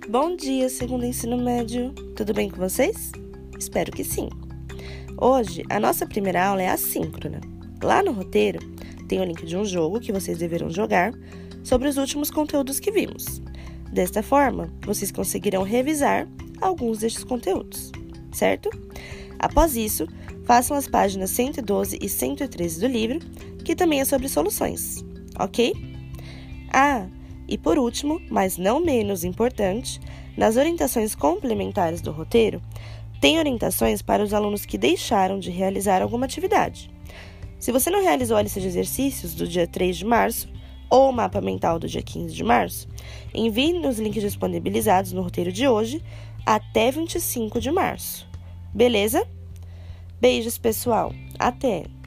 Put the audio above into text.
Bom dia, segundo ensino médio. Tudo bem com vocês? Espero que sim. Hoje, a nossa primeira aula é assíncrona. Lá no roteiro, tem o link de um jogo que vocês deverão jogar sobre os últimos conteúdos que vimos. Desta forma, vocês conseguirão revisar alguns destes conteúdos, certo? Após isso, façam as páginas 112 e 113 do livro, que também é sobre soluções, ok? E por último, mas não menos importante, nas orientações complementares do roteiro, tem orientações para os alunos que deixaram de realizar alguma atividade. Se você não realizou a lista de exercícios do dia 3 de março ou o mapa mental do dia 15 de março, envie nos links disponibilizados no roteiro de hoje até 25 de março. Beleza? Beijos, pessoal. Até!